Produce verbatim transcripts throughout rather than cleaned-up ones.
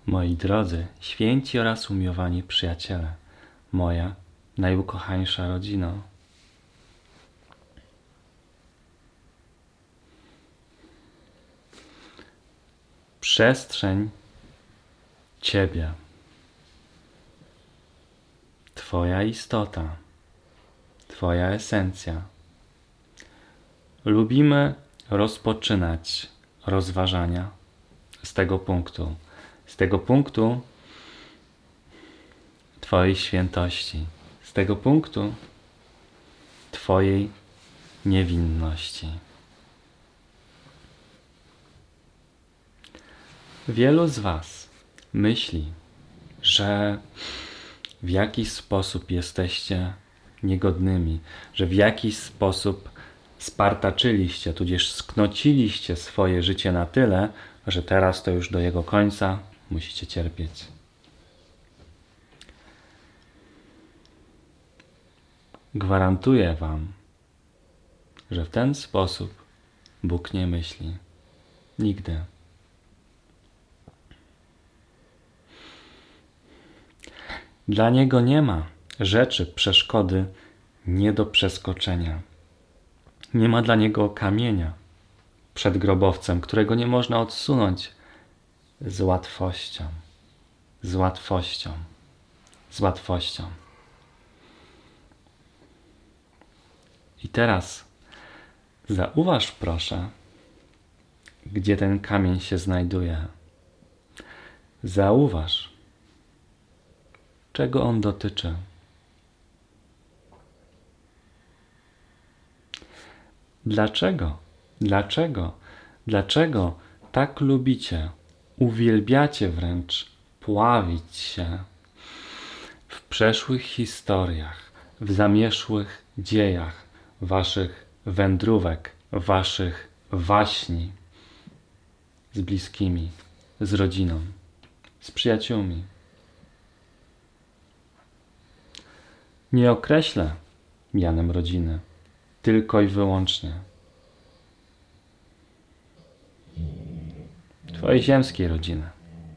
Moi drodzy, święci oraz umiłowani przyjaciele, moja najukochańsza rodzino. Przestrzeń Ciebie, Twoja istota, Twoja esencja. Lubimy rozpoczynać rozważania z tego punktu, z tego punktu Twojej świętości, z tego punktu Twojej niewinności. Wielu z Was myśli, że w jakiś sposób jesteście niegodnymi, że w jakiś sposób spartaczyliście, tudzież sknociliście swoje życie na tyle, że teraz to już do jego końca musicie cierpieć. Gwarantuję Wam, że w ten sposób Bóg nie myśli. Nigdy. Dla Niego nie ma rzeczy, przeszkody nie do przeskoczenia. Nie ma dla Niego kamienia przed grobowcem, którego nie można odsunąć z łatwością, z łatwością, z łatwością. I teraz zauważ proszę, gdzie ten kamień się znajduje. Zauważ, czego on dotyczy. Dlaczego? Dlaczego? Dlaczego tak lubicie, uwielbiacie wręcz pławić się w przeszłych historiach, w zamierzchłych dziejach waszych wędrówek, waszych waśni z bliskimi, z rodziną, z przyjaciółmi? Nie określę mianem rodziny, tylko i wyłącznie Twojej ziemskiej rodziny.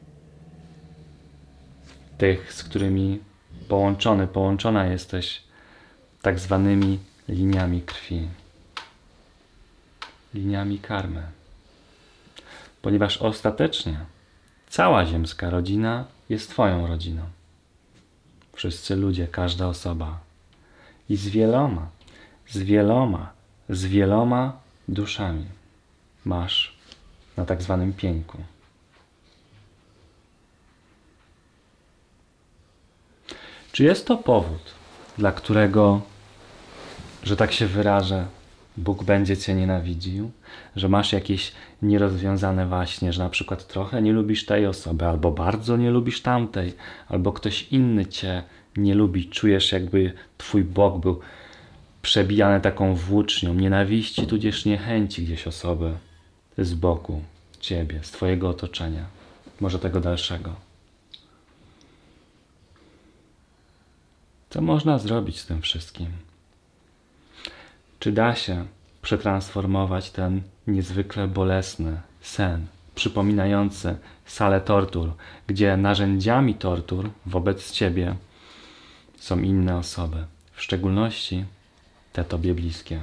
Tych, z którymi połączony, połączona jesteś tak zwanymi liniami krwi, liniami karmy. Ponieważ ostatecznie cała ziemska rodzina jest Twoją rodziną. Wszyscy ludzie, każda osoba. I z wieloma, z wieloma, z wieloma duszami masz na tak zwanym pieńku. Czy jest to powód, dla którego, że tak się wyrażę, Bóg będzie Cię nienawidził? Że masz jakieś nierozwiązane waśnie, że na przykład trochę nie lubisz tej osoby, albo bardzo nie lubisz tamtej, albo ktoś inny Cię nie lubi, czujesz jakby Twój bok był przebijany taką włócznią nienawiści, tudzież niechęci gdzieś osoby z boku Ciebie, z Twojego otoczenia, może tego dalszego. Co można zrobić z tym wszystkim? Czy da się przetransformować ten niezwykle bolesny sen, przypominający salę tortur, gdzie narzędziami tortur wobec Ciebie są inne osoby, w szczególności te Tobie bliskie?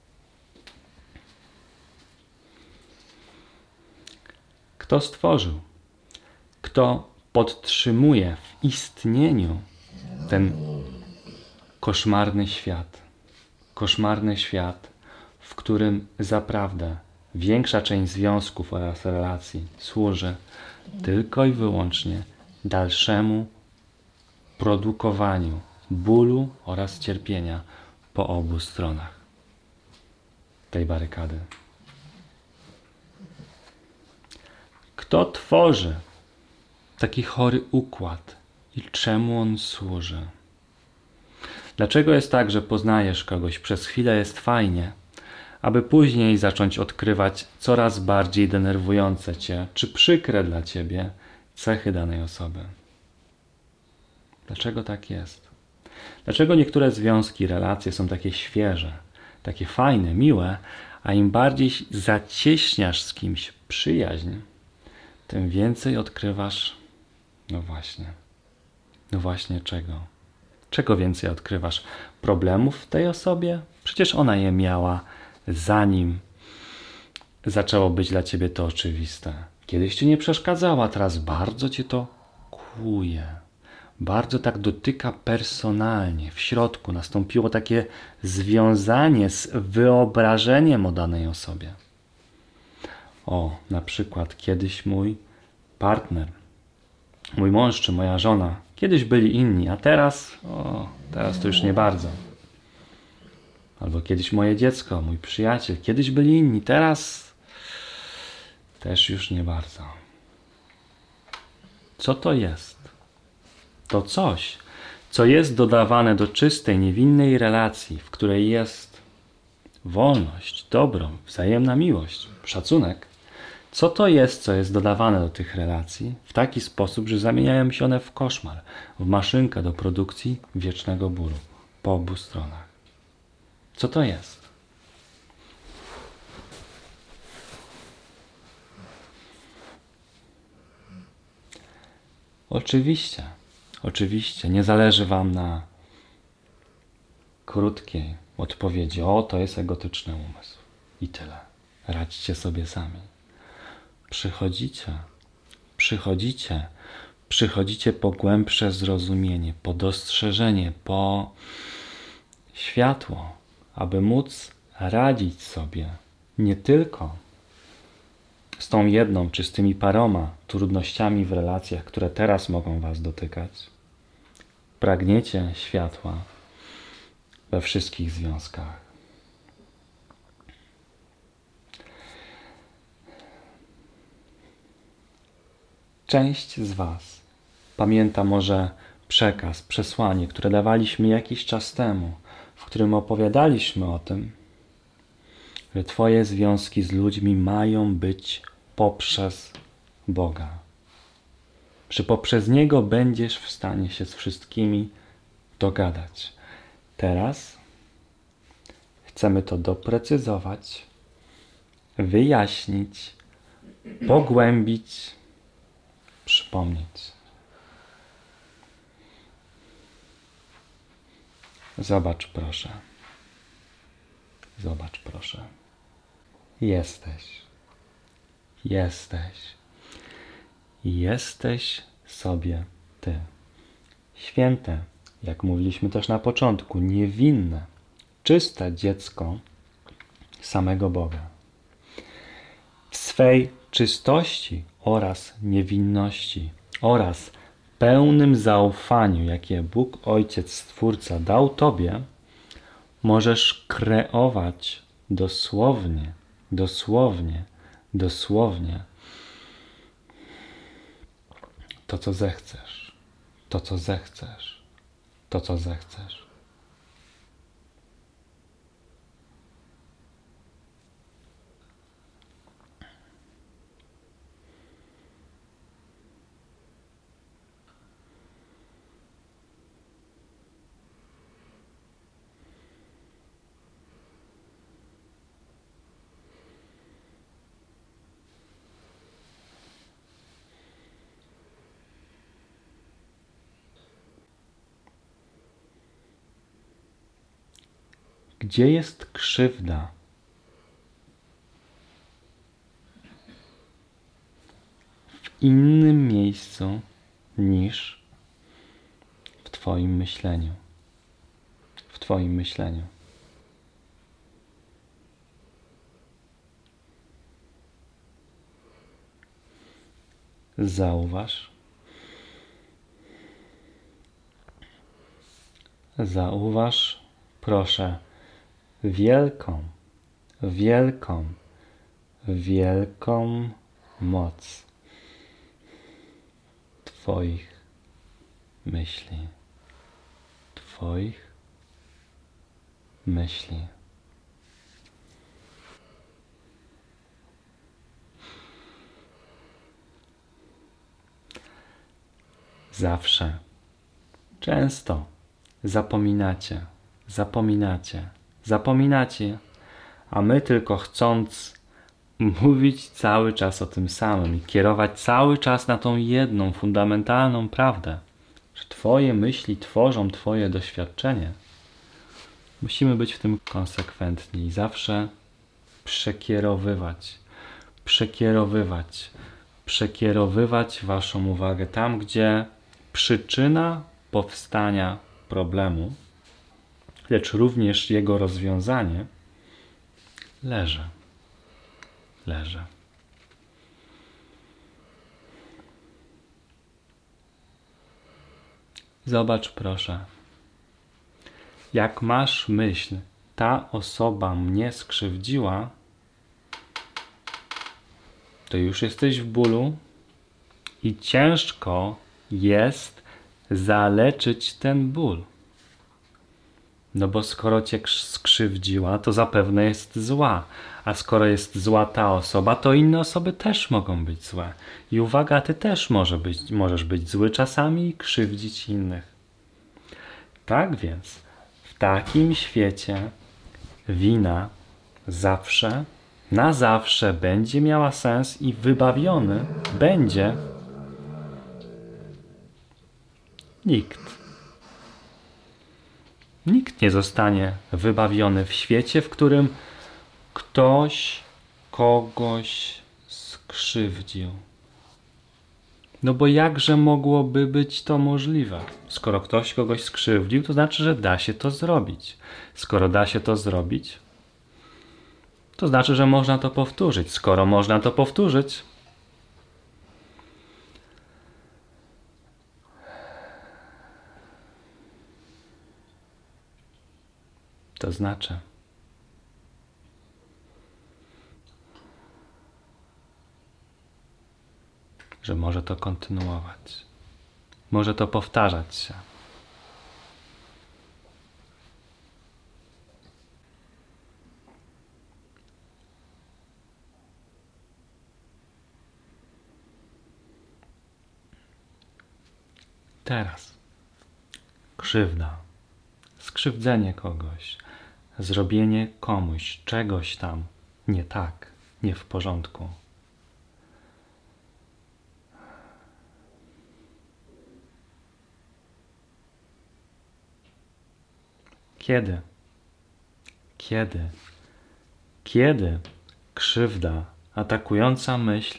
Kto stworzył? Kto podtrzymuje w istnieniu ten koszmarny świat? Koszmarny świat, w którym zaprawdę większa część związków oraz relacji służy tylko i wyłącznie dalszemu produkowaniu bólu oraz cierpienia po obu stronach tej barykady. Kto tworzy taki chory układ i czemu on służy? Dlaczego jest tak, że poznajesz kogoś, przez chwilę jest fajnie, aby później zacząć odkrywać coraz bardziej denerwujące Cię, czy przykre dla Ciebie cechy danej osoby? Dlaczego tak jest? Dlaczego niektóre związki, relacje są takie świeże, takie fajne, miłe, a im bardziej zacieśniasz z kimś przyjaźń, tym więcej odkrywasz No właśnie. No właśnie czego? Czego więcej odkrywasz? Problemów w tej osobie? Przecież ona je miała, zanim zaczęło być dla ciebie to oczywiste. Kiedyś ci nie przeszkadzała, teraz bardzo cię to kłuje. Bardzo tak dotyka personalnie. W środku nastąpiło takie związanie z wyobrażeniem o danej osobie. O, na przykład kiedyś mój partner, mój mąż czy moja żona, kiedyś byli inni, a teraz, o, teraz to już nie bardzo. Albo kiedyś moje dziecko, mój przyjaciel, kiedyś byli inni, teraz też już nie bardzo. Co to jest? To coś, co jest dodawane do czystej, niewinnej relacji, w której jest wolność, dobro, wzajemna miłość, szacunek. Co to jest, co jest dodawane do tych relacji w taki sposób, że zamieniają się one w koszmar, w maszynkę do produkcji wiecznego bólu po obu stronach? Co to jest? Oczywiście, oczywiście, nie zależy wam na krótkiej odpowiedzi. O, to jest egotyczny umysł. I tyle. Radźcie sobie sami. Przychodzicie, przychodzicie, przychodzicie po głębsze zrozumienie, po dostrzeżenie, po światło, aby móc radzić sobie nie tylko z tą jedną czy z tymi paroma trudnościami w relacjach, które teraz mogą was dotykać. Pragniecie światła we wszystkich związkach. Część z was pamięta może przekaz, przesłanie, które dawaliśmy jakiś czas temu, w którym opowiadaliśmy o tym, że twoje związki z ludźmi mają być poprzez Boga. Że poprzez Niego będziesz w stanie się z wszystkimi dogadać. Teraz chcemy to doprecyzować, wyjaśnić, pogłębić, przypomnieć. Zobacz proszę. Zobacz proszę. Jesteś. Jesteś. Jesteś sobie ty. Święte, jak mówiliśmy też na początku, niewinne, czyste dziecko samego Boga. W swej czystości oraz niewinności oraz pełnym zaufaniu, jakie Bóg Ojciec Stwórca dał tobie, możesz kreować dosłownie, dosłownie, dosłownie to, co zechcesz, to, co zechcesz, to, co zechcesz. Gdzie jest krzywda? W innym miejscu niż w twoim myśleniu. W twoim myśleniu. Zauważ. Zauważ, proszę, wielką, wielką, wielką moc Twoich myśli. Twoich myśli. Zawsze, często zapominacie, zapominacie, zapominacie, a my tylko chcąc mówić cały czas o tym samym i kierować cały czas na tą jedną, fundamentalną prawdę, że Twoje myśli tworzą Twoje doświadczenie. Musimy być w tym konsekwentni i zawsze przekierowywać, przekierowywać, przekierowywać Waszą uwagę tam, gdzie przyczyna powstania problemu, lecz również jego rozwiązanie leży. Leży. Zobacz proszę, jak masz myśl, ta osoba mnie skrzywdziła, to już jesteś w bólu i ciężko jest zaleczyć ten ból. No bo skoro cię skrzywdziła, to zapewne jest zła. A skoro jest zła ta osoba, to inne osoby też mogą być złe. I uwaga, ty też może być, możesz być zły czasami i krzywdzić innych. Tak więc w takim świecie wina zawsze, na zawsze będzie miała sens i wybawiony będzie nikt. Nikt nie zostanie wybawiony w świecie, w którym ktoś kogoś skrzywdził. No bo jakże mogłoby być to możliwe? Skoro ktoś kogoś skrzywdził, to znaczy, że da się to zrobić. Skoro da się to zrobić, to znaczy, że można to powtórzyć. Skoro można to powtórzyć, to znaczy, że może to kontynuować. Może to powtarzać się. Teraz krzywda, skrzywdzenie kogoś, zrobienie komuś czegoś tam nie tak, nie w porządku. Kiedy? Kiedy? Kiedy krzywda, atakująca myśl,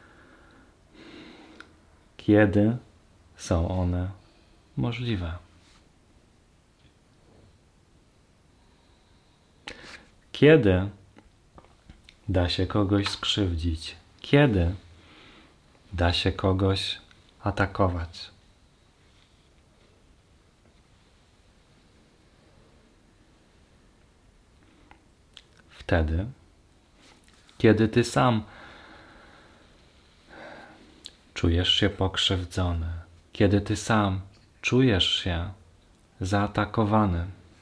kiedy są one możliwe? Kiedy da się kogoś skrzywdzić? Kiedy da się kogoś atakować? Wtedy, kiedy ty sam czujesz się pokrzywdzony, kiedy ty sam czujesz się zaatakowany.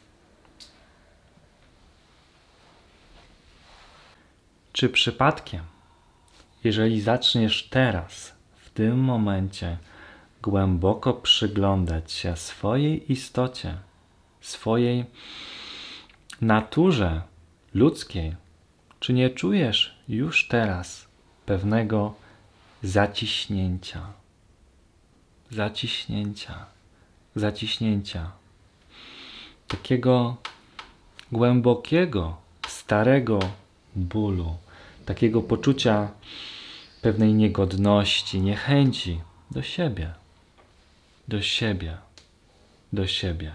Czy przypadkiem, jeżeli zaczniesz teraz, w tym momencie, głęboko przyglądać się swojej istocie, swojej naturze ludzkiej, czy nie czujesz już teraz pewnego zaciśnięcia, zaciśnięcia, zaciśnięcia, takiego głębokiego, starego bólu, takiego poczucia pewnej niegodności, niechęci do siebie, do siebie, do siebie.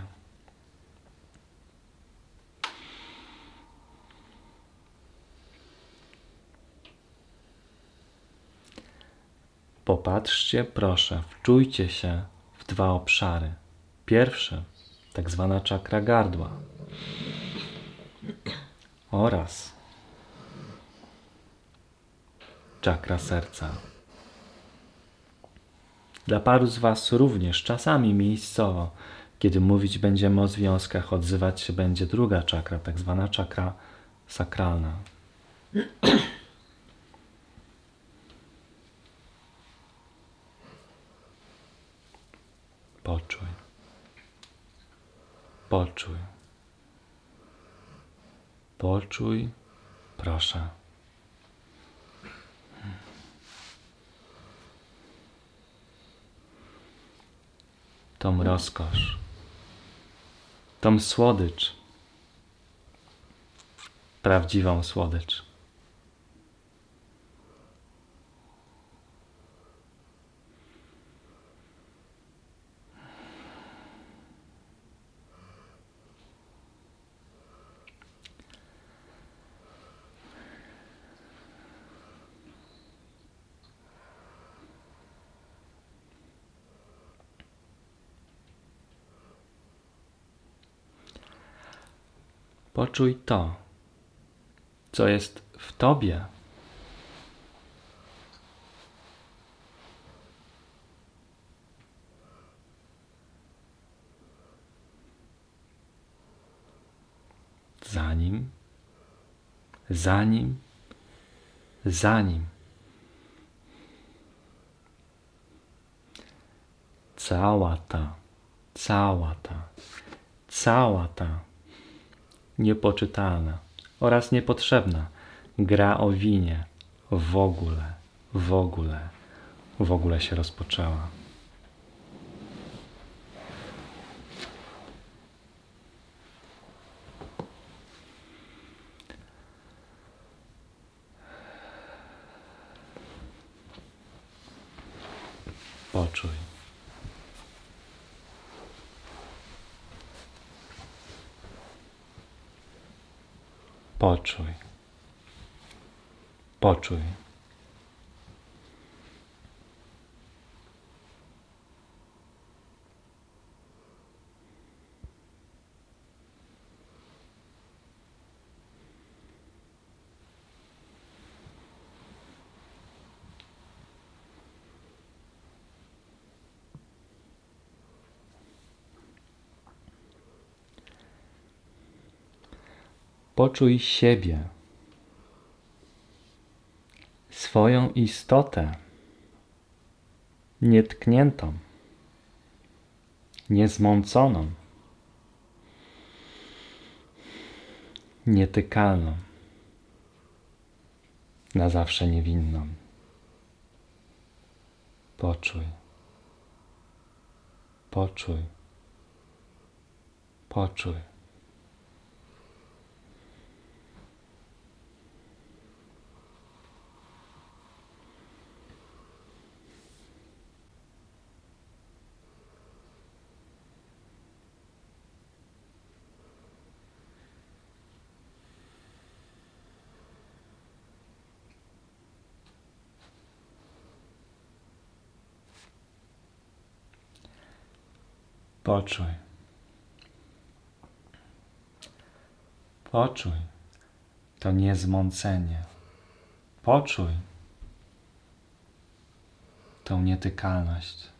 Popatrzcie, proszę, wczujcie się w dwa obszary. Pierwszy, tak zwana czakra gardła oraz czakra serca. Dla paru z was również czasami miejscowo, kiedy mówić będziemy o związkach, odzywać się będzie druga czakra, tak zwana czakra sakralna. Poczuj. Poczuj. Poczuj, proszę. tą rozkosz, tą słodycz, prawdziwą słodycz. Poczuj to, co jest w tobie. Zanim, zanim, zanim cała ta, cała ta, cała ta niepoczytalna oraz niepotrzebna gra o winie w ogóle, w ogóle, w ogóle się rozpoczęła. Poczuj. Poczuj. Poczuj. Poczuj siebie, swoją istotę, nietkniętą, niezmąconą, nietykalną, na zawsze niewinną. Poczuj, poczuj, poczuj. Poczuj. Poczuj to niezmącenie. Poczuj tą nietykalność.